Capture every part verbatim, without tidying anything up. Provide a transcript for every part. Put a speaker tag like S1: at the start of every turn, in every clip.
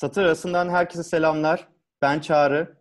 S1: Satır arasından herkese selamlar. Ben Çağrı.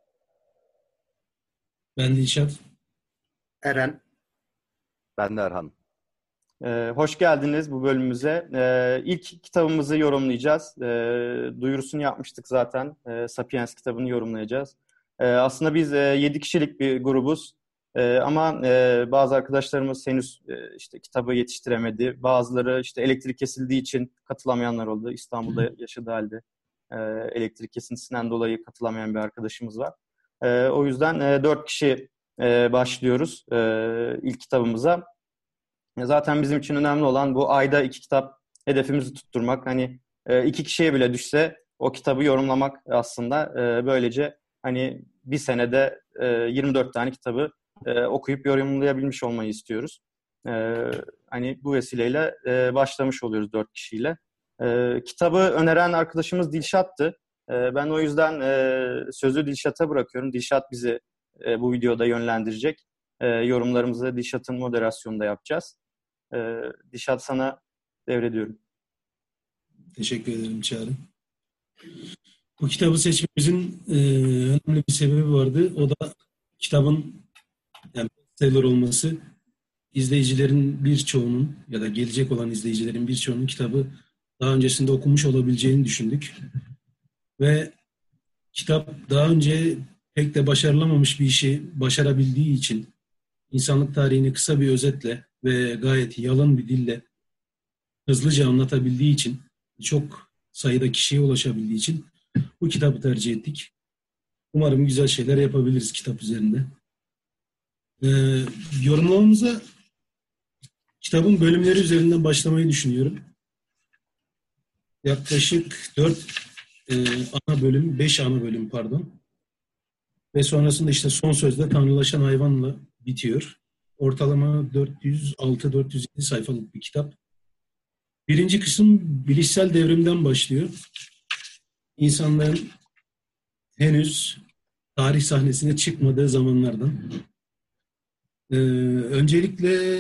S2: Ben Dilşat.
S3: Eren.
S4: Ben de Erhan.
S1: Ee, hoş geldiniz bu bölümümüze. Ee, ilk kitabımızı yorumlayacağız. Ee, duyurusunu yapmıştık zaten. Ee, Sapiens kitabını yorumlayacağız. Ee, aslında biz e, yedi kişilik bir grubuz. Ee, ama e, bazı arkadaşlarımız henüz e, işte kitabı yetiştiremedi. Bazıları işte elektrik kesildiği için katılamayanlar oldu. İstanbul'da yaşadığı halde e, elektrik kesintisinden dolayı katılamayan bir arkadaşımız var. E, o yüzden e, dört kişi e, başlıyoruz e, ilk kitabımıza. Zaten bizim için önemli olan bu ayda iki kitap hedefimizi tutturmak. Hani e, iki kişiye bile düşse o kitabı yorumlamak aslında. E, böylece hani bir senede e, yirmi dört tane kitabı e, okuyup yorumlayabilmiş olmayı istiyoruz. E, hani bu vesileyle e, başlamış oluyoruz dört kişiyle. E, kitabı öneren arkadaşımız Dilşat'tı. E, ben o yüzden e, sözü Dilşat'a bırakıyorum. Dilşat bizi e, bu videoda yönlendirecek. E, yorumlarımızı Dilşat'ın moderasyonunda yapacağız. Ee, Dilşat sana devrediyorum.
S2: Teşekkür ederim Çağrı. Bu kitabı seçmemizin e, önemli bir sebebi vardı. O da kitabın yani bestseller olması, izleyicilerin birçoğunun ya da gelecek olan izleyicilerin birçoğunun kitabı daha öncesinde okumuş olabileceğini düşündük. Ve kitap daha önce pek de başarılamamış bir işi başarabildiği için insanlık tarihini kısa bir özetle ve gayet yalın bir dille hızlıca anlatabildiği için, çok sayıda kişiye ulaşabildiği için bu kitabı tercih ettik. Umarım güzel şeyler yapabiliriz kitap üzerinde. Ee, yorumlamamıza kitabın bölümleri üzerinden başlamayı düşünüyorum. Yaklaşık dört e, ana bölüm, beş ana bölüm pardon. Ve sonrasında işte son sözde tanrılaşan hayvanla bitiyor. Ortalama dört yüz altı dört yüz yedi sayfalık bir kitap. Birinci kısım bilişsel devrimden başlıyor. İnsanların henüz tarih sahnesine çıkmadığı zamanlardan. Ee, öncelikle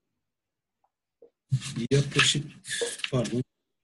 S2: yaklaşık pardon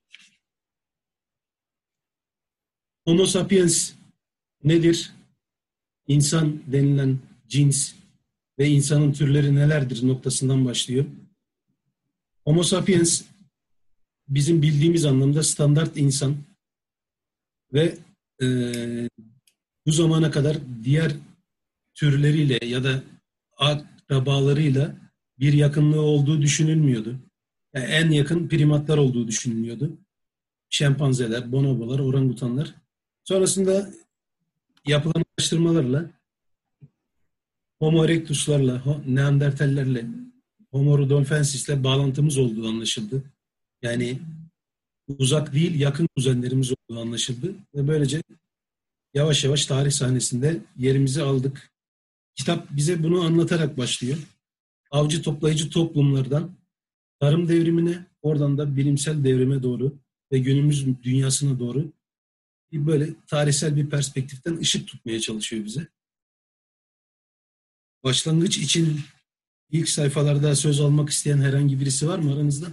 S2: Homo sapiens nedir? İnsan denilen cins ve insanın türleri nelerdir noktasından başlıyor. Homo sapiens bizim bildiğimiz anlamda standart insan ve e, bu zamana kadar diğer türleriyle ya da akrabalarıyla bir yakınlığı olduğu düşünülmüyordu. Yani en yakın primatlar olduğu düşünülüyordu. Şempanzeler, bonobolar, orangutanlar. Sonrasında yapılan araştırmalarla Homo erectus'larla, Neandertallerle, Homo rudolfensis'le bağlantımız olduğu anlaşıldı. Yani uzak değil, yakın kuzenlerimiz olduğu anlaşıldı. Ve böylece yavaş yavaş tarih sahnesinde yerimizi aldık. Kitap bize bunu anlatarak başlıyor. Avcı toplayıcı toplumlardan tarım devrimine, oradan da bilimsel devrime doğru ve günümüz dünyasına doğru bir böyle tarihsel bir perspektiften ışık tutmaya çalışıyor bize. Başlangıç için ilk sayfalarda söz almak isteyen herhangi birisi var mı aranızda?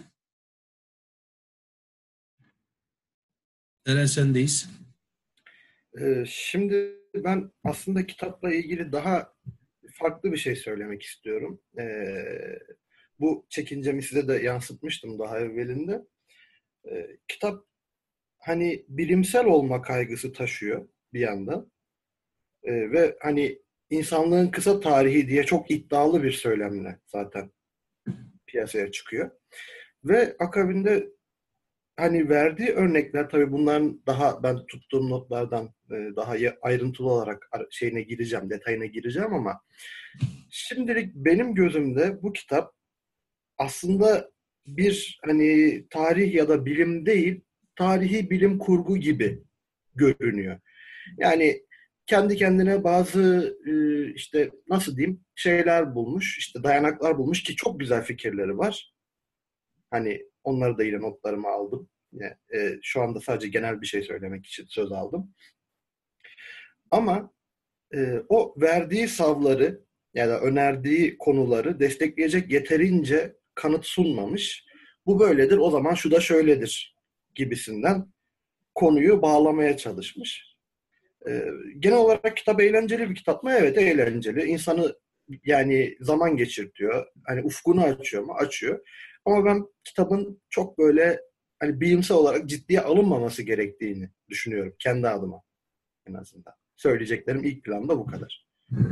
S2: Eren sendeyiz.
S3: Ee, şimdi ben aslında kitapla ilgili daha farklı bir şey söylemek istiyorum. Ee, bu çekincemi size de yansıtmıştım daha evvelinde. Ee, kitap hani bilimsel olma kaygısı taşıyor bir yandan. Ee, ve hani insanlığın kısa tarihi diye çok iddialı bir söylemle zaten piyasaya çıkıyor. Ve akabinde hani verdiği örnekler tabii bunların daha ben tuttuğum notlardan daha ayrıntılı olarak şeyine gireceğim, detayına gireceğim ama şimdilik benim gözümde bu kitap aslında bir hani tarih ya da bilim değil, tarihi bilim kurgu gibi görünüyor. Yani kendi kendine bazı işte nasıl diyeyim şeyler bulmuş, işte dayanaklar bulmuş ki çok güzel fikirleri var. Hani onları da yine notlarıma aldım. Yani, e, şu anda sadece genel bir şey söylemek için söz aldım. Ama e, o verdiği savları ya da önerdiği konuları destekleyecek yeterince kanıt sunmamış. Bu böyledir, o zaman şu da şöyledir gibisinden konuyu bağlamaya çalışmış. Ee, genel olarak kitap eğlenceli bir kitap mı? Evet, eğlenceli. İnsanı yani zaman geçirtiyor. Hani ufkunu açıyor mu? Açıyor. Ama ben kitabın çok böyle hani bilimsel olarak ciddiye alınmaması gerektiğini düşünüyorum kendi adıma en azından. Söyleyeceklerim ilk planda bu kadar.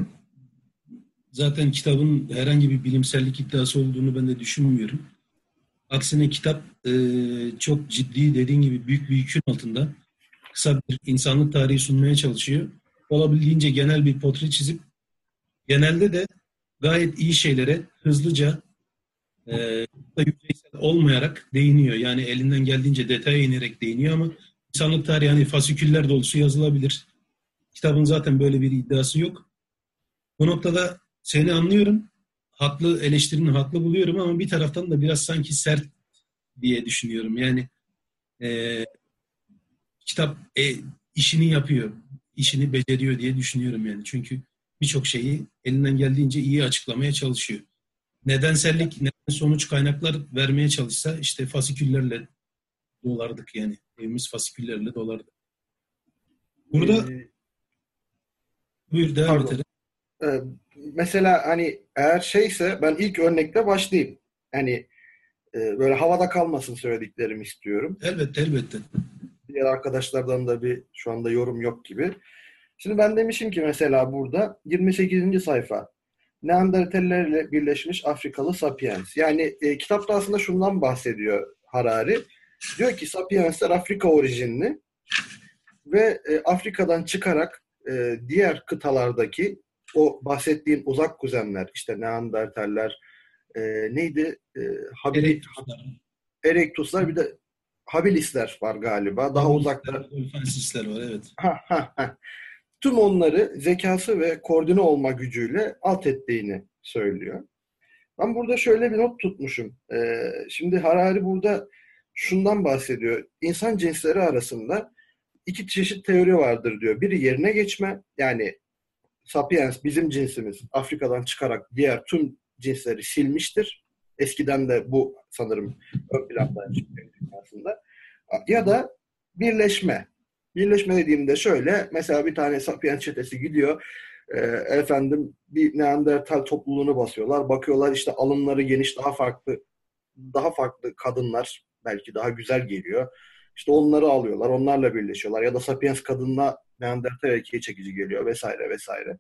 S2: Zaten kitabın herhangi bir bilimsellik iddiası olduğunu ben de düşünmüyorum. Aksine kitap e, çok ciddi, dediğin gibi büyük bir yükün altında kısa bir insanlık tarihi sunmaya çalışıyor. Olabildiğince genel bir portre çizip genelde de gayet iyi şeylere hızlıca e, yüzeysel olmayarak değiniyor. Yani elinden geldiğince detaya inerek değiniyor ama insanlık tarihi hani fasiküller dolusu yazılabilir. Kitabın zaten böyle bir iddiası yok. Bu noktada seni anlıyorum. Haklı, eleştirini haklı buluyorum ama bir taraftan da biraz sanki sert diye düşünüyorum. Yani e, kitap e, işini yapıyor, işini beceriyor diye düşünüyorum yani. Çünkü birçok şeyi elinden geldiğince iyi açıklamaya çalışıyor. Nedensellik, neden sonuç kaynaklar vermeye çalışsa işte fasiküllerle dolardık yani. Evimiz fasiküllerle dolardı. Burada
S3: Ee,
S2: buyur devam
S3: pardon.
S2: edelim.
S3: Ee, mesela hani eğer şeyse ben ilk örnekle başlayayım. Hani e, böyle havada kalmasın söylediklerimi istiyorum.
S2: Elbette elbette.
S3: Diğer arkadaşlardan da bir şu anda yorum yok gibi. Şimdi ben demişim ki mesela burada yirmi sekizinci sayfa. Neandertallerle birleşmiş Afrikalı Sapiens. Yani e, kitapta aslında şundan bahsediyor Harari. Diyor ki Sapiensler Afrika orijinli ve e, Afrika'dan çıkarak e, diğer kıtalardaki o bahsettiğim uzak kuzenler, işte Neandertaller, e, neydi? E, Habili,
S2: Erektuslar,
S3: Erectuslar, bir de Habilisler var galiba. Daha uzakta.
S2: Dolfensisler var evet.
S3: Ha, ha, ha. Tüm onları zekası ve koordine olma gücüyle alt ettiğini söylüyor. Ben burada şöyle bir not tutmuşum. Ee, şimdi Harari burada şundan bahsediyor. İnsan cinsleri arasında iki çeşit teori vardır diyor. Biri yerine geçme, yani Sapiens bizim cinsimiz Afrika'dan çıkarak diğer tüm cinsleri silmiştir. Eskiden de bu sanırım ön planda çıkıyor aslında. Ya da birleşme. Birleşme dediğimde şöyle, mesela bir tane Sapiens çetesi gidiyor, e, efendim bir Neandertal topluluğunu basıyorlar. Bakıyorlar işte alınları geniş, daha farklı daha farklı kadınlar belki daha güzel geliyor. İşte onları alıyorlar, onlarla birleşiyorlar. Ya da Sapiens kadınla Neandertal erkeği çekici geliyor vesaire vesaire.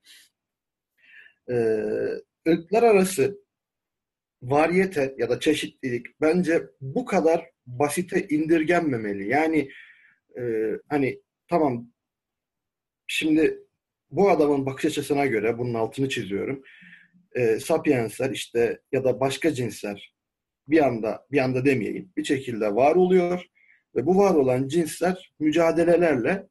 S3: Ee, ırklar arası varyete ya da çeşitlilik bence bu kadar basite indirgenmemeli. Yani e, hani tamam, şimdi bu adamın bakış açısına göre bunun altını çiziyorum. E, Sapiensler işte ya da başka cinsler bir anda bir anda demeyeyim bir şekilde var oluyor ve bu var olan cinsler mücadelelerle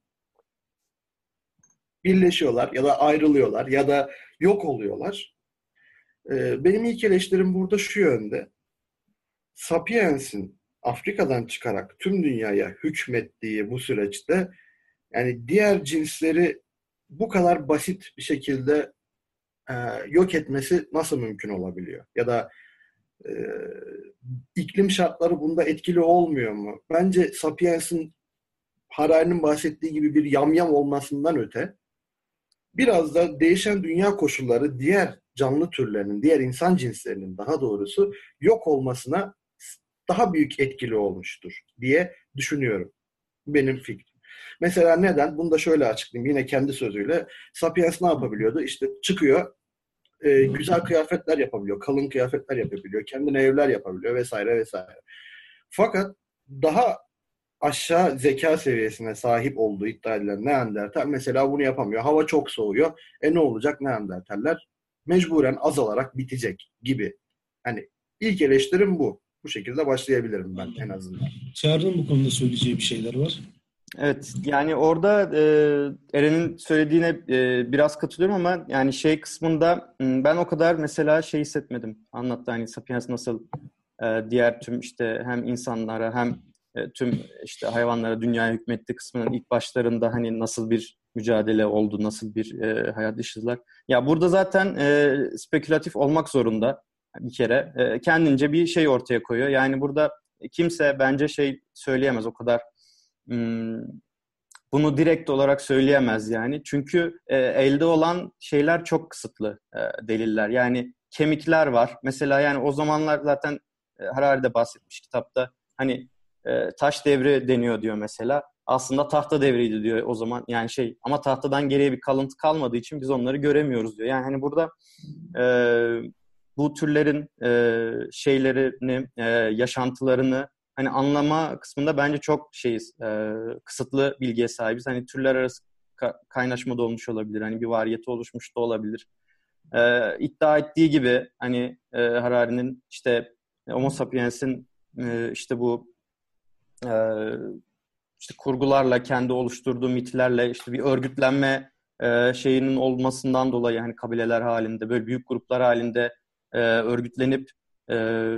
S3: birleşiyorlar ya da ayrılıyorlar ya da yok oluyorlar. Ee, benim ilk eleştirim burada şu yönde. Sapiens'in Afrika'dan çıkarak tüm dünyaya hükmettiği bu süreçte yani diğer cinsleri bu kadar basit bir şekilde e, yok etmesi nasıl mümkün olabiliyor? Ya da e, iklim şartları bunda etkili olmuyor mu? Bence Sapiens'in Harari'nin bahsettiği gibi bir yamyam olmasından öte biraz da değişen dünya koşulları diğer canlı türlerinin, diğer insan cinslerinin daha doğrusu yok olmasına daha büyük etkili olmuştur diye düşünüyorum. Benim fikrim. Mesela neden? Bunu da şöyle açıklayayım. Yine kendi sözüyle. Sapiens ne yapabiliyordu? İşte çıkıyor, e, güzel kıyafetler yapabiliyor, kalın kıyafetler yapabiliyor, kendine evler yapabiliyor vesaire vesaire. Fakat daha aşağı zeka seviyesine sahip olduğu iddia edilen Neandertal mesela bunu yapamıyor. Hava çok soğuyor. E ne olacak? Neandertaller mecburen azalarak bitecek gibi. Hani ilk eleştirim bu. Bu şekilde başlayabilirim ben en azından.
S2: Çağrı'nın bu konuda söyleyeceği bir şeyler var.
S1: Evet, yani orada e, Eren'in söylediğine e, biraz katılıyorum ama yani şey kısmında ben o kadar mesela şey hissetmedim. Anlattı hani Sapiens nasıl e, diğer tüm işte hem insanlara hem e, tüm işte hayvanlara dünyaya hükmetti kısmının ilk başlarında hani nasıl bir mücadele oldu, nasıl bir e, hayat yaşadılar. Ya burada zaten e, spekülatif olmak zorunda bir kere. E, kendince bir şey ortaya koyuyor. Yani burada kimse bence şey söyleyemez o kadar hmm, bunu direkt olarak söyleyemez yani. Çünkü e, elde olan şeyler çok kısıtlı, e, deliller. Yani kemikler var. Mesela yani o zamanlar zaten e, Harari de bahsetmiş kitapta. Hani e, taş devri deniyor diyor mesela. Aslında tahta devriydi diyor o zaman. Yani şey ama tahtadan geriye bir kalıntı kalmadığı için biz onları göremiyoruz diyor. Yani hani burada e, bu türlerin e, şeylerini, e, yaşantılarını hani anlama kısmında bence çok şeyiz, e, kısıtlı bilgiye sahibiz. Hani türler arası ka- kaynaşma da olmuş olabilir. Hani bir variyete oluşmuş da olabilir. E, iddia ettiği gibi hani e, Harari'nin işte Homo sapiens'in e, işte bu e, işte kurgularla kendi oluşturduğu mitlerle işte bir örgütlenme e, şeyinin olmasından dolayı hani kabileler halinde böyle büyük gruplar halinde e, örgütlenip e,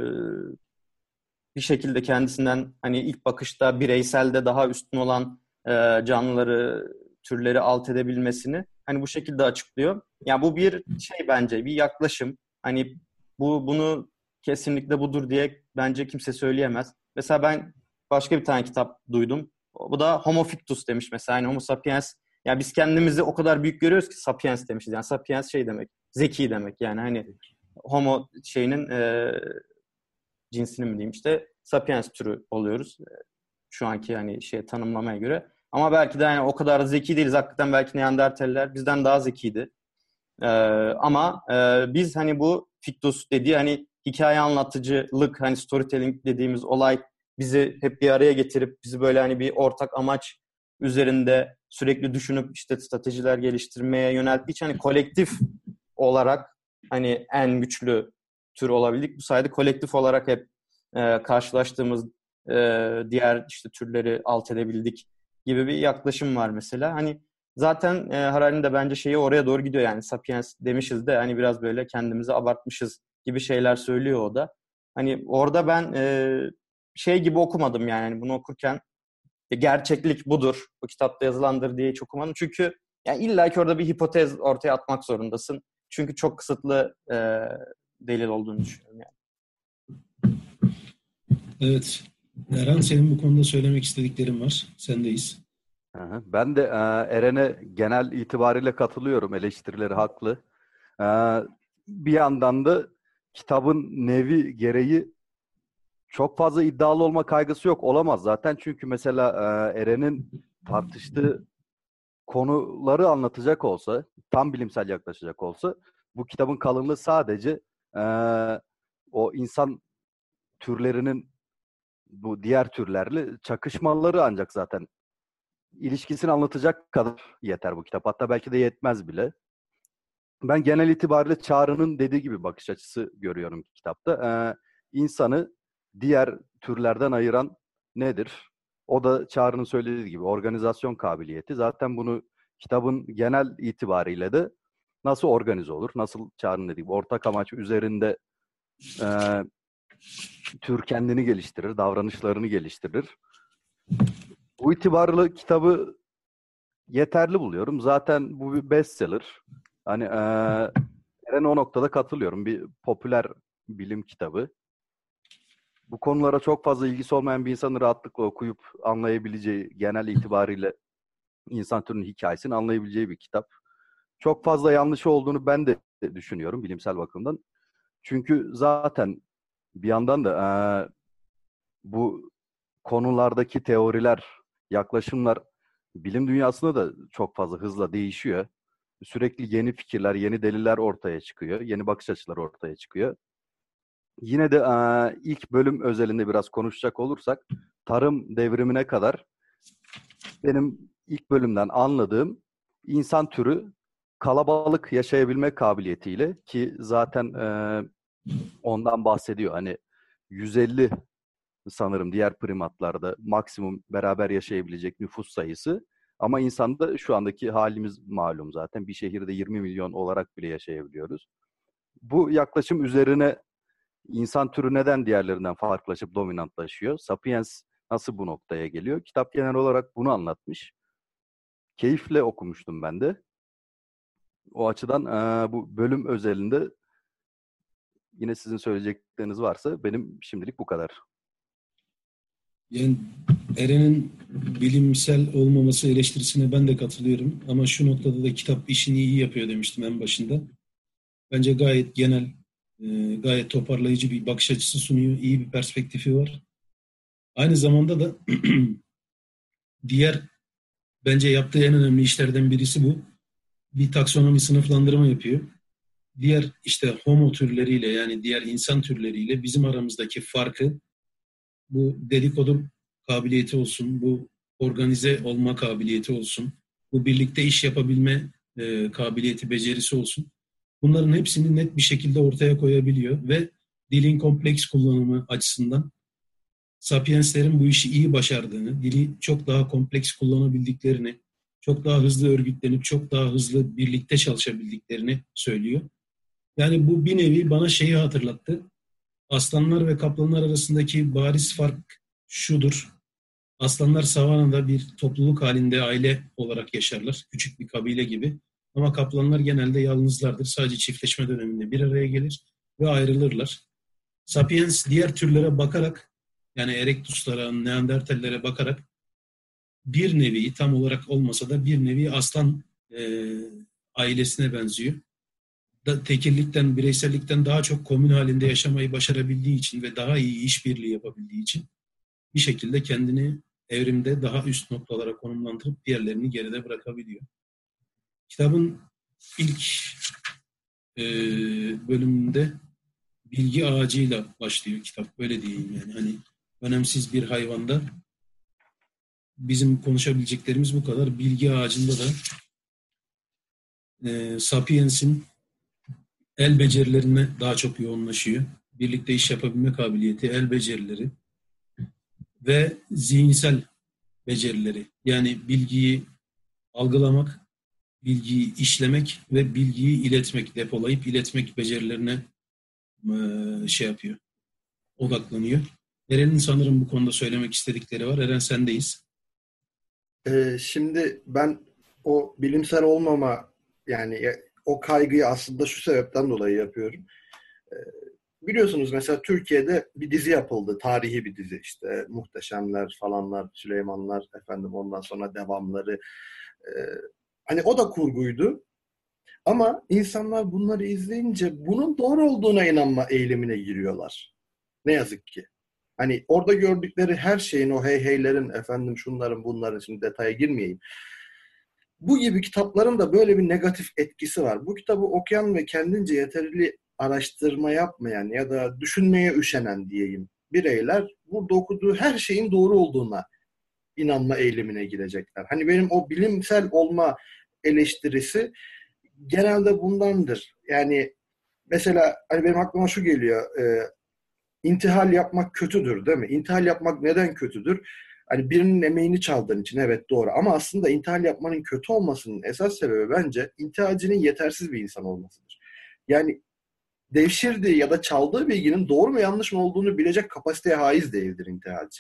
S1: bir şekilde kendisinden hani ilk bakışta bireyselde daha üstün olan e, canlıları, türleri alt edebilmesini hani bu şekilde açıklıyor. Yani bu bir şey bence, bir yaklaşım. Hani bu bunu kesinlikle budur diye bence kimse söyleyemez. Mesela ben başka bir tane kitap duydum. Bu da Homo fictus demiş mesela. Yani Homo sapiens. Yani biz kendimizi o kadar büyük görüyoruz ki sapiens demişiz. Yani sapiens şey demek, zeki demek. Yani hani Homo şeyinin e, cinsini mi diyeyim işte Sapiens türü oluyoruz. Şu anki hani şey tanımlamaya göre. Ama belki de yani o kadar da zeki değiliz. Hakikaten belki Neandertaller bizden daha zekiydi. Ee, ama e, biz hani bu fictus dediği hani hikaye anlatıcılık hani storytelling dediğimiz olay bizi hep bir araya getirip bizi böyle hani bir ortak amaç üzerinde sürekli düşünüp işte stratejiler geliştirmeye yönelttiği için hani kolektif olarak hani en güçlü tür olabildik. Bu sayede kolektif olarak hep e, karşılaştığımız e, diğer işte türleri alt edebildik gibi bir yaklaşım var mesela. Hani zaten e, Harari'nin de bence şeyi oraya doğru gidiyor yani Sapiens demişiz de hani biraz böyle kendimizi abartmışız gibi şeyler söylüyor o da. Hani orada ben e, şey gibi okumadım yani hani bunu okurken e, gerçeklik budur, bu kitapta yazılandır diye hiç okumadım. Çünkü yani illa ki orada bir hipotez ortaya atmak zorundasın. Çünkü çok kısıtlı e, delil olduğunu düşünüyorum yani.
S2: Evet. Erhan, senin bu konuda söylemek istediklerin var. Sendeyiz.
S4: Hı hı. Ben de e, Eren'e genel itibariyle katılıyorum. Eleştirileri haklı. E, bir yandan da kitabın nevi gereği çok fazla iddialı olma kaygısı yok. Olamaz zaten. Çünkü mesela e, Eren'in tartıştığı konuları anlatacak olsa, tam bilimsel yaklaşacak olsa bu kitabın kalınlığı sadece e, o insan türlerinin bu diğer türlerle çakışmaları ancak zaten ilişkisini anlatacak kadar yeter bu kitap. Hatta belki de yetmez bile. Ben genel itibariyle Çağrı'nın dediği gibi bakış açısı görüyorum kitapta. Ee, insanı diğer türlerden ayıran nedir? O da Çağrı'nın söylediği gibi organizasyon kabiliyeti. Zaten bunu kitabın genel itibariyle de nasıl organize olur? Nasıl Çağrı'nın dediği gibi ortak amaç üzerinde e, tür kendini geliştirir, davranışlarını geliştirir. Bu itibarlı kitabı yeterli buluyorum. Zaten bu bir bestseller. Hani eee Eren o noktada katılıyorum. Bir popüler bilim kitabı. Bu konulara çok fazla ilgisi olmayan bir insanın rahatlıkla okuyup anlayabileceği, genel itibariyle insan türünün hikayesini anlayabileceği bir kitap. Çok fazla yanlışı olduğunu ben de düşünüyorum bilimsel bakımdan. Çünkü zaten bir yandan da eee, bu konulardaki teoriler, yaklaşımlar bilim dünyasında da çok fazla hızla değişiyor. Sürekli yeni fikirler, yeni deliller ortaya çıkıyor. Yeni bakış açıları ortaya çıkıyor. Yine de e, ilk bölüm özelinde biraz konuşacak olursak tarım devrimine kadar benim ilk bölümden anladığım insan türü kalabalık yaşayabilme kabiliyetiyle ki zaten e, ondan bahsediyor. Hani yüz elli sanırım diğer primatlarda maksimum beraber yaşayabilecek nüfus sayısı. Ama insanda şu andaki halimiz malum zaten. Bir şehirde yirmi milyon olarak bile yaşayabiliyoruz. Bu yaklaşım üzerine insan türü neden diğerlerinden farklılaşıp dominantlaşıyor? Sapiens nasıl bu noktaya geliyor? Kitap genel olarak bunu anlatmış. Keyifle okumuştum ben de. O açıdan e, bu bölüm özelinde yine sizin söyleyecekleriniz varsa benim şimdilik bu kadar.
S2: Yani Eren'in bilimsel olmaması eleştirisine ben de katılıyorum. Ama şu noktada da kitap işini iyi yapıyor demiştim en başında. Bence gayet genel, e, gayet toparlayıcı bir bakış açısı sunuyor. İyi bir perspektifi var. Aynı zamanda da diğer bence yaptığı en önemli işlerden birisi bu. Bir taksonomi sınıflandırma yapıyor. Diğer işte homo türleriyle yani diğer insan türleriyle bizim aramızdaki farkı bu dedikodu kabiliyeti olsun, bu organize olma kabiliyeti olsun, bu birlikte iş yapabilme e, kabiliyeti, becerisi olsun. Bunların hepsini net bir şekilde ortaya koyabiliyor ve dilin kompleks kullanımı açısından Sapienslerin bu işi iyi başardığını, dili çok daha kompleks kullanabildiklerini, çok daha hızlı örgütlenip çok daha hızlı birlikte çalışabildiklerini söylüyor. Yani bu bir nevi bana şeyi hatırlattı. Aslanlar ve kaplanlar arasındaki bariz fark şudur. Aslanlar savanada bir topluluk halinde aile olarak yaşarlar. Küçük bir kabile gibi. Ama kaplanlar genelde yalnızlardır. Sadece çiftleşme döneminde bir araya gelir ve ayrılırlar. Sapiens diğer türlere bakarak yani Erectus'lara, Neandertallere bakarak bir nevi tam olarak olmasa da bir nevi aslan e, ailesine benziyor. Da, tekillikten, bireysellikten daha çok komün halinde yaşamayı başarabildiği için ve daha iyi işbirliği yapabildiği için bir şekilde kendini evrimde daha üst noktalara konumlandırıp diğerlerini geride bırakabiliyor. Kitabın ilk e, bölümünde bilgi ağacıyla başlıyor kitap. Böyle diyeyim yani. Hani önemsiz bir hayvanda bizim konuşabileceklerimiz bu kadar. Bilgi ağacında da e, Sapiens'in el becerilerine daha çok yoğunlaşıyor. Birlikte iş yapabilme kabiliyeti, el becerileri ve zihinsel becerileri. Yani bilgiyi algılamak, bilgiyi işlemek ve bilgiyi iletmek, depolayıp iletmek becerilerine e, şey yapıyor, odaklanıyor. Eren'in sanırım bu konuda söylemek istedikleri var. Eren sendeyiz.
S3: Ee, şimdi ben o bilimsel olmama yani o kaygıyı aslında şu sebepten dolayı yapıyorum. Ee, biliyorsunuz mesela Türkiye'de bir dizi yapıldı. Tarihi bir dizi işte Muhteşemler falanlar, Süleymanlar efendim ondan sonra devamları. Ee, hani o da kurguydu. Ama insanlar bunları izleyince bunun doğru olduğuna inanma eğilimine giriyorlar. Ne yazık ki. Hani orada gördükleri her şeyin o hey heylerin efendim şunların bunların şimdi detaya girmeyeyim. Bu gibi kitapların da böyle bir negatif etkisi var. Bu kitabı okuyan ve kendince yeterli araştırma yapmayan ya da düşünmeye üşenen diyeyim bireyler burada okuduğu her şeyin doğru olduğuna inanma eğilimine girecekler. Hani benim o bilimsel olma eleştirisi genelde bundandır. Yani mesela hani benim aklıma şu geliyor. E, intihal yapmak kötüdür değil mi? İntihal yapmak neden kötüdür? Hani birinin emeğini çaldığın için evet doğru. Ama aslında intihal yapmanın kötü olmasının esas sebebi bence intihalcinin yetersiz bir insan olmasıdır. Yani devşirdiği ya da çaldığı bilginin doğru mu yanlış mı olduğunu bilecek kapasiteye haiz değildir intihalci.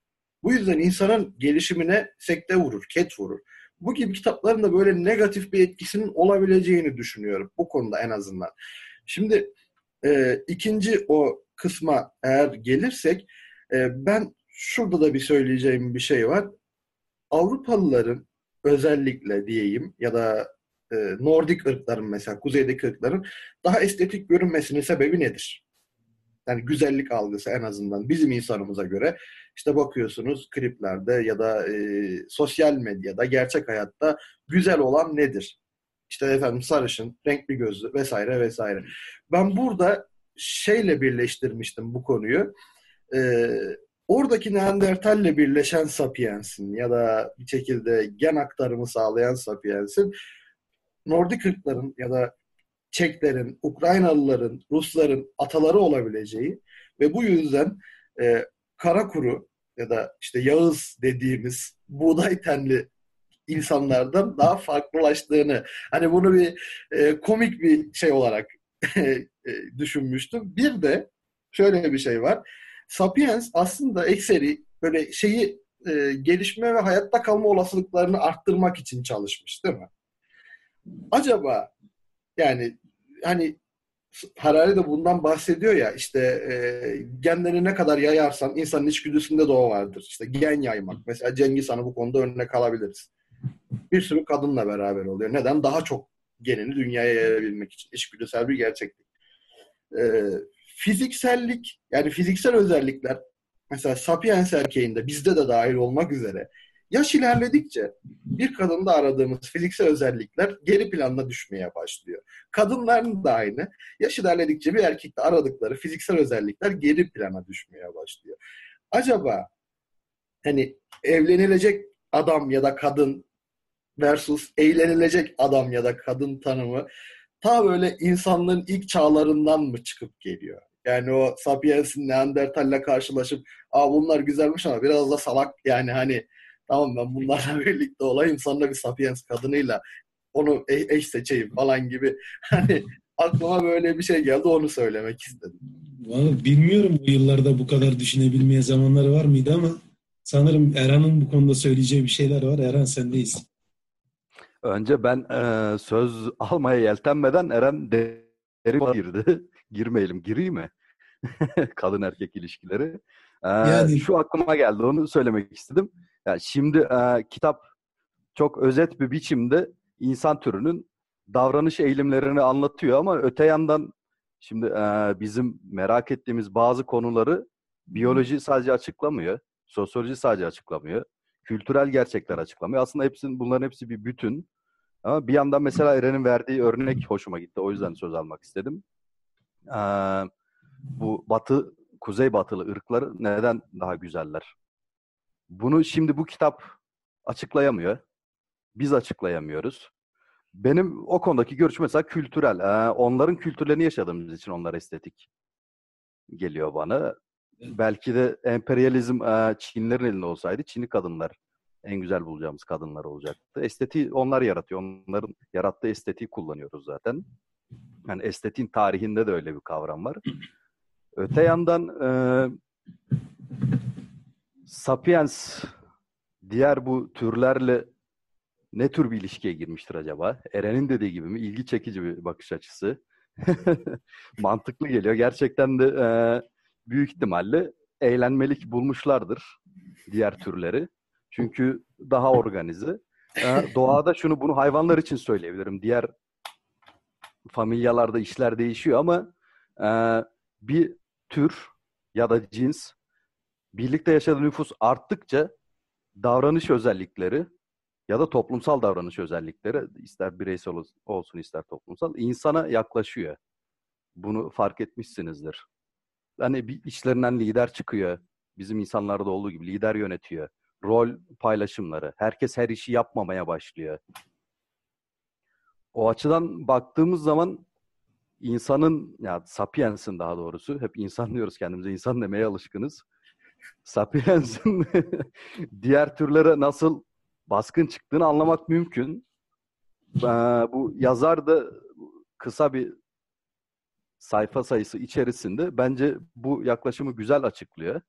S3: Bu yüzden insanın gelişimine sekte vurur, ket vurur. Bu gibi kitapların da böyle negatif bir etkisinin olabileceğini düşünüyorum. Bu konuda en azından. Şimdi e, ikinci o kısma eğer gelirsek e, ben şurada da bir söyleyeceğim bir şey var. Avrupalıların özellikle diyeyim ya da e, Nordik ırkların mesela kuzeydeki ırkların daha estetik görünmesinin sebebi nedir? Yani güzellik algısı en azından bizim insanımıza göre işte bakıyorsunuz kliplerde ya da e, sosyal medyada gerçek hayatta güzel olan nedir? İşte efendim sarışın, renkli gözlü vesaire vesaire. Ben burada şeyle birleştirmiştim bu konuyu. Ee, oradaki Neandertal'le birleşen Sapiens'in ya da bir şekilde gen aktarımı sağlayan Sapiens'in Nordik ırkların ya da Çeklerin, Ukraynalıların, Rusların ataları olabileceği ve bu yüzden e, kara kuru ya da işte Yağız dediğimiz buğday tenli insanlardan daha farklılaştığını hani bunu bir e, komik bir şey olarak e, düşünmüştüm. Bir de şöyle bir şey var. Sapiens aslında ekseri böyle şeyi e, gelişme ve hayatta kalma olasılıklarını arttırmak için çalışmış değil mi? Acaba yani hani Harari de bundan bahsediyor ya, işte e, genlerini ne kadar yayarsan insanın içgüdüsünde de o vardır. İşte gen yaymak. Mesela Cengiz Han'a bu konuda örnek alabiliriz. Bir sürü kadınla beraber oluyor. Neden? Daha çok genini dünyaya yayabilmek için. İçgüdüsel bir gerçeklik. E, fiziksellik, yani fiziksel özellikler, mesela Sapiens erkeğinde, bizde de dahil olmak üzere, yaş ilerledikçe bir kadında aradığımız fiziksel özellikler geri planda düşmeye başlıyor. Kadınların da aynı. Yaş ilerledikçe bir erkekte aradıkları fiziksel özellikler geri plana düşmeye başlıyor. Acaba hani evlenilecek adam ya da kadın versus eğlenilecek adam ya da kadın tanımı ta böyle insanlığın ilk çağlarından mı çıkıp geliyor? Yani o Sapiens'in Neandertal'le karşılaşıp, aa bunlar güzelmiş ama biraz da salak, yani hani tamam ben bunlarla birlikte olayım, sonra bir Sapiens kadınıyla onu e- eş seçeyim falan gibi. Hani aklıma böyle bir şey geldi, onu söylemek istedim.
S2: Vallahi bilmiyorum bu yıllarda bu kadar düşünebilmeye zamanları var mıydı ama sanırım Erhan'ın bu konuda söyleyeceği bir şeyler var. Erhan sendeyiz.
S4: Önce ben e, söz almaya yeltenmeden Eren derin girdi. Girmeyelim, gireyim mi? Kadın erkek ilişkileri. E,
S2: Yani
S4: şu aklıma geldi, onu söylemek istedim. Yani şimdi e, kitap çok özet bir biçimde insan türünün davranış eğilimlerini anlatıyor ama öte yandan şimdi e, bizim merak ettiğimiz bazı konuları biyoloji sadece açıklamıyor, sosyoloji sadece açıklamıyor, kültürel gerçekler açıklamıyor. Aslında hepsinin, bunların hepsi bir bütün. Ama bir yandan mesela Eren'in verdiği örnek hoşuma gitti. O yüzden söz almak istedim. Ee, bu batı, kuzey batılı ırklar neden daha güzeller? Bunu şimdi bu kitap açıklayamıyor. Biz açıklayamıyoruz. Benim o konudaki görüşüm mesela kültürel. Ee, onların kültürlerini yaşadığımız için onlar estetik geliyor bana. Belki de emperyalizm e, Çinlilerin elinde olsaydı Çinli kadınlar en güzel bulacağımız kadınlar olacaktı. Estetiği onlar yaratıyor. Onların yarattığı estetiği kullanıyoruz zaten. Yani estetiğin tarihinde de öyle bir kavram var. Öte yandan e, Sapiens diğer bu türlerle ne tür bir ilişkiye girmiştir acaba? Eren'in dediği gibi mi? İlgi çekici bir bakış açısı. Mantıklı geliyor. Gerçekten de e, büyük ihtimalle eğlenmelik bulmuşlardır diğer türleri. Çünkü daha organize. E, doğada şunu bunu hayvanlar için söyleyebilirim. Diğer familyalarda işler değişiyor ama e, bir tür ya da cins birlikte yaşadığı nüfus arttıkça davranış özellikleri ya da toplumsal davranış özellikleri, ister bireysel olsun ister toplumsal, insana yaklaşıyor. Bunu fark etmişsinizdir. Hani bir işlerinden lider çıkıyor. Bizim insanlarda olduğu gibi lider yönetiyor. Rol paylaşımları. Herkes her işi yapmamaya başlıyor. O açıdan baktığımız zaman insanın, ya Sapiens'in daha doğrusu, hep insan diyoruz kendimize, insan demeye alışkınız. Sapiens'in diğer türlere nasıl baskın çıktığını anlamak mümkün. Ee, bu yazar da kısa bir sayfa sayısı içerisinde bence bu yaklaşımı güzel açıklıyor.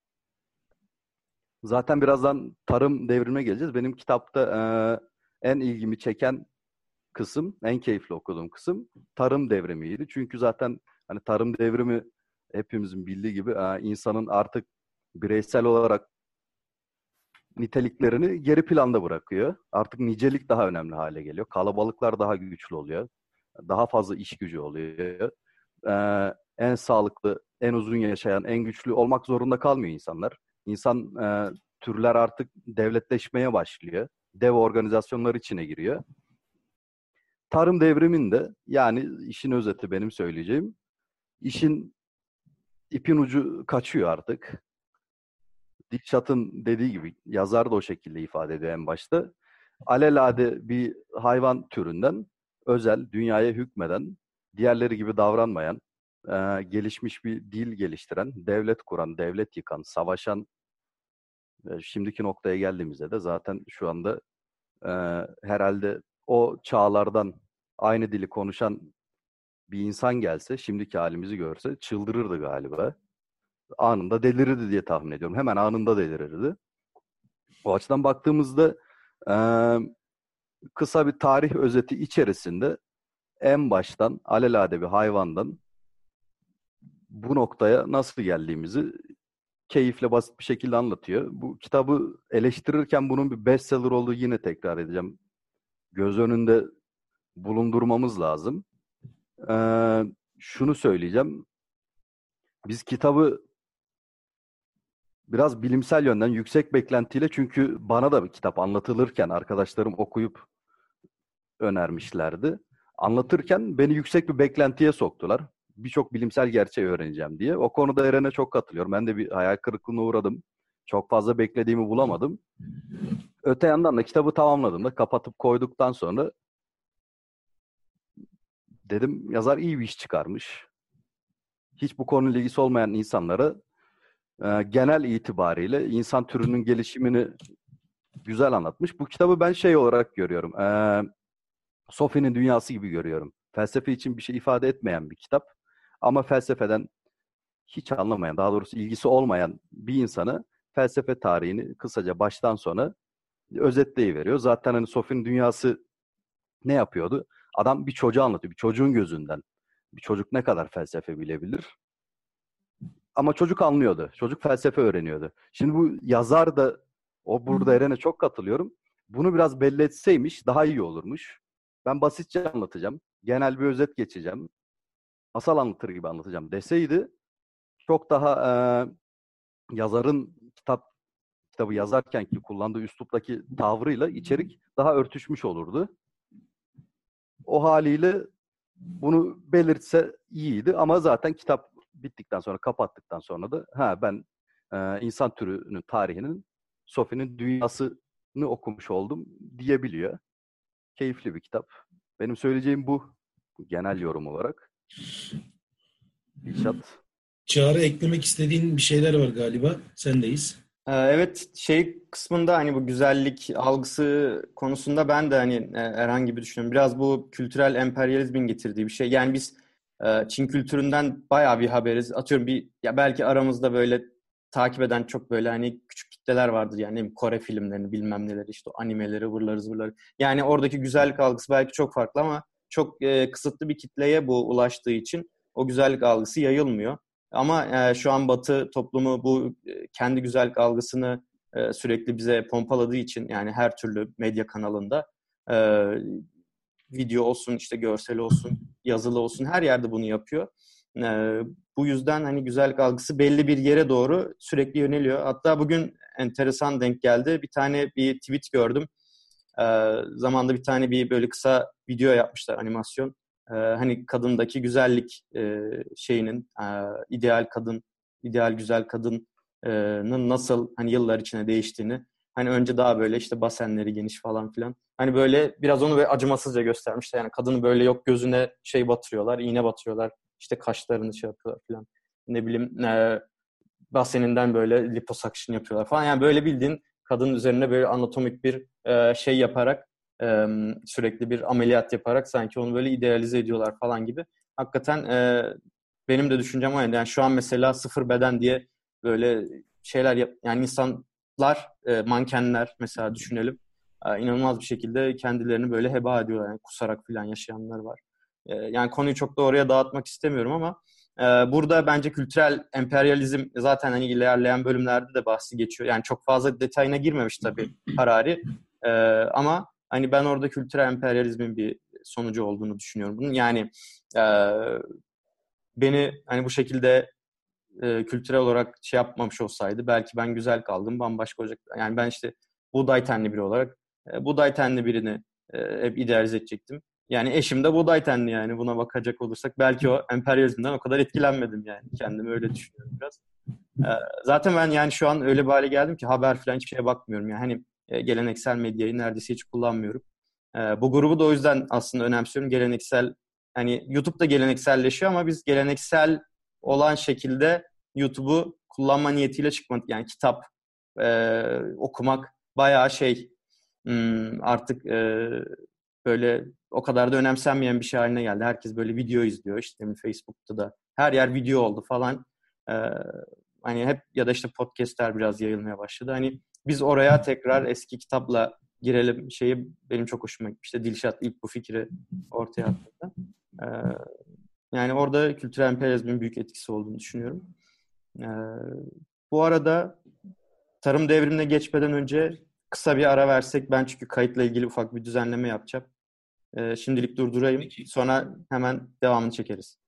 S4: Zaten birazdan tarım devrimine geleceğiz. Benim kitapta e, en ilgimi çeken kısım, en keyifli okuduğum kısım tarım devrimiydi. Çünkü zaten hani tarım devrimi hepimizin bildiği gibi e, insanın artık bireysel olarak niteliklerini geri planda bırakıyor. Artık nicelik daha önemli hale geliyor. Kalabalıklar daha güçlü oluyor. Daha fazla iş gücü oluyor. Ee, en sağlıklı, en uzun yaşayan, en güçlü olmak zorunda kalmıyor insanlar. İnsan e, türler artık devletleşmeye başlıyor. Dev organizasyonlar içine giriyor. Tarım devriminde, yani işin özeti benim söyleyeceğim, işin ipin ucu kaçıyor artık. Dilşat'ın dediği gibi, yazar da o şekilde ifade ediyor en başta. Alelade bir hayvan türünden özel, dünyaya hükmeden, diğerleri gibi davranmayan, e, gelişmiş bir dil geliştiren, devlet kuran, devlet yıkan, savaşan, e, şimdiki noktaya geldiğimizde de zaten şu anda e, herhalde o çağlardan aynı dili konuşan bir insan gelse, şimdiki halimizi görse çıldırırdı galiba. Anında delirirdi diye tahmin ediyorum. Hemen anında delirirdi. O açıdan baktığımızda e, kısa bir tarih özeti içerisinde en baştan alelade bir hayvandan bu noktaya nasıl geldiğimizi keyifle, basit bir şekilde anlatıyor. Bu kitabı eleştirirken bunun bir bestseller olduğu, yine tekrar edeceğim, göz önünde bulundurmamız lazım. Ee, şunu söyleyeceğim. Biz kitabı biraz bilimsel yönden yüksek beklentiyle, çünkü bana da bir kitap anlatılırken arkadaşlarım okuyup önermişlerdi. Anlatırken beni yüksek bir beklentiye soktular. Birçok bilimsel gerçeği öğreneceğim diye. O konuda Eren'e çok katılıyorum. Ben de bir hayal kırıklığına uğradım. Çok fazla beklediğimi bulamadım. Öte yandan da kitabı tamamladığımda, kapatıp koyduktan sonra dedim yazar iyi bir iş çıkarmış. Hiç bu konuyla ilgisi olmayan insanlara e, genel itibariyle insan türünün gelişimini güzel anlatmış. Bu kitabı ben şey olarak görüyorum. E, Sophie'nin Dünyası gibi görüyorum. Felsefe için bir şey ifade etmeyen bir kitap. Ama felsefeden hiç anlamayan, daha doğrusu ilgisi olmayan bir insanı felsefe tarihini kısaca baştan sona özetleyiveriyor. Zaten hani Sophie'nin Dünyası ne yapıyordu? Adam bir çocuğu anlatıyor. Bir çocuğun gözünden. Bir çocuk ne kadar felsefe bilebilir? Ama çocuk anlıyordu. Çocuk felsefe öğreniyordu. Şimdi bu yazar da, o burada Eren'e çok katılıyorum, bunu biraz belli etseymiş daha iyi olurmuş. Ben basitçe anlatacağım. Genel bir özet geçeceğim. Masal anlatır gibi anlatacağım deseydi çok daha e, yazarın kitap kitabı yazarken ki kullandığı üsluptaki tavrıyla içerik daha örtüşmüş olurdu. O haliyle bunu belirtse iyiydi ama zaten kitap bittikten sonra, kapattıktan sonra da ha ben e, insan türünün tarihinin, Sophie'nin Dünyası'nı okumuş oldum diyebiliyor. Keyifli bir kitap. Benim söyleyeceğim bu genel yorum olarak. Dilşat.
S2: Çağrı, eklemek istediğin bir şeyler var galiba. Sendeyiz.
S1: Ee, Evet, şey kısmında hani bu güzellik algısı konusunda ben de hani e, herhangi bir düşünüyorum. Biraz bu kültürel emperyalizmin getirdiği bir şey. Yani biz e, Çin kültüründen bayağı bir haberiz. Atıyorum bir, ya belki aramızda böyle takip eden çok böyle hani küçük kitleler vardır yani, ne bileyim, Kore filmlerini, bilmem neleri, işte o animeleri, vırları zıvırları. Yani oradaki güzellik algısı belki çok farklı ama çok e, kısıtlı bir kitleye bu ulaştığı için o güzellik algısı yayılmıyor. Ama e, şu an Batı toplumu bu e, kendi güzellik algısını e, sürekli bize pompaladığı için, yani her türlü medya kanalında e, video olsun, işte görsel olsun, yazılı olsun, her yerde bunu yapıyor. E, bu yüzden hani güzellik algısı belli bir yere doğru sürekli yöneliyor. Hatta bugün enteresan denk geldi. Bir tane bir tweet gördüm. E, zamanda bir tane bir böyle kısa video yapmışlar, animasyon. Ee, hani kadındaki güzellik e, şeyinin, e, ideal kadın, ideal güzel kadının nasıl hani yıllar içinde değiştiğini, hani önce daha böyle işte basenleri geniş falan filan. Hani böyle biraz onu böyle acımasızca göstermişler. Yani kadını böyle yok gözüne şey batırıyorlar, iğne batırıyorlar. İşte kaşlarını şey yapıyorlar filan. Ne bileyim e, baseninden böyle liposuction yapıyorlar falan. Yani böyle bildiğin kadının üzerine böyle anatomik bir e, şey yaparak, e, sürekli bir ameliyat yaparak sanki onu böyle idealize ediyorlar falan gibi. Hakikaten e, benim de düşüncem o yönde. Yani şu an mesela sıfır beden diye böyle şeyler yap, yani insanlar, e, mankenler mesela düşünelim. E, inanılmaz bir şekilde kendilerini böyle heba ediyorlar. Yani kusarak falan yaşayanlar var. E, yani konuyu çok da oraya dağıtmak istemiyorum ama Ee, burada bence kültürel emperyalizm zaten hani ilerleyen bölümlerde de bahsi geçiyor. Yani çok fazla detayına girmemiş tabii Harari. Ee, ama hani ben orada kültürel emperyalizmin bir sonucu olduğunu düşünüyorum bunun. Yani e, beni hani bu şekilde e, kültürel olarak şey yapmamış olsaydı belki ben güzel kaldım, bambaşka olacak. Yani ben işte buğday tenli biri olarak e, buğday tenli birini e, hep idealize edecektim. Yani eşim de buğday tenli, yani buna bakacak olursak belki o emperyalizmden o kadar etkilenmedim yani. Kendimi öyle düşünüyorum biraz. E, zaten ben yani şu an öyle bir hale geldim ki haber falan hiçbir şeye bakmıyorum. Yani hani e, geleneksel medyayı neredeyse hiç kullanmıyorum. E, bu grubu da o yüzden aslında önemsiyorum. Geleneksel, hani YouTube da gelenekselleşiyor ama biz geleneksel olan şekilde YouTube'u kullanma niyetiyle çıkmadık. Yani kitap e, okumak bayağı şey, hmm, artık e, böyle o kadar da önemsenmeyen bir şey haline geldi. Herkes böyle video izliyor. İşte Facebook'ta da her yer video oldu falan. E, hani hep, ya da işte podcastler biraz yayılmaya başladı. Hani biz oraya tekrar eski kitapla girelim şeyi benim çok hoşuma gitmişti. Dilşat ilk bu fikri ortaya attığında. Ee, yani orada kültürel emperyalizmin büyük etkisi olduğunu düşünüyorum. Ee, bu arada tarım devrimine geçmeden önce kısa bir ara versek, ben çünkü kayıtla ilgili ufak bir düzenleme yapacağım. Ee, şimdilik durdurayım. Sonra hemen devamını çekeriz.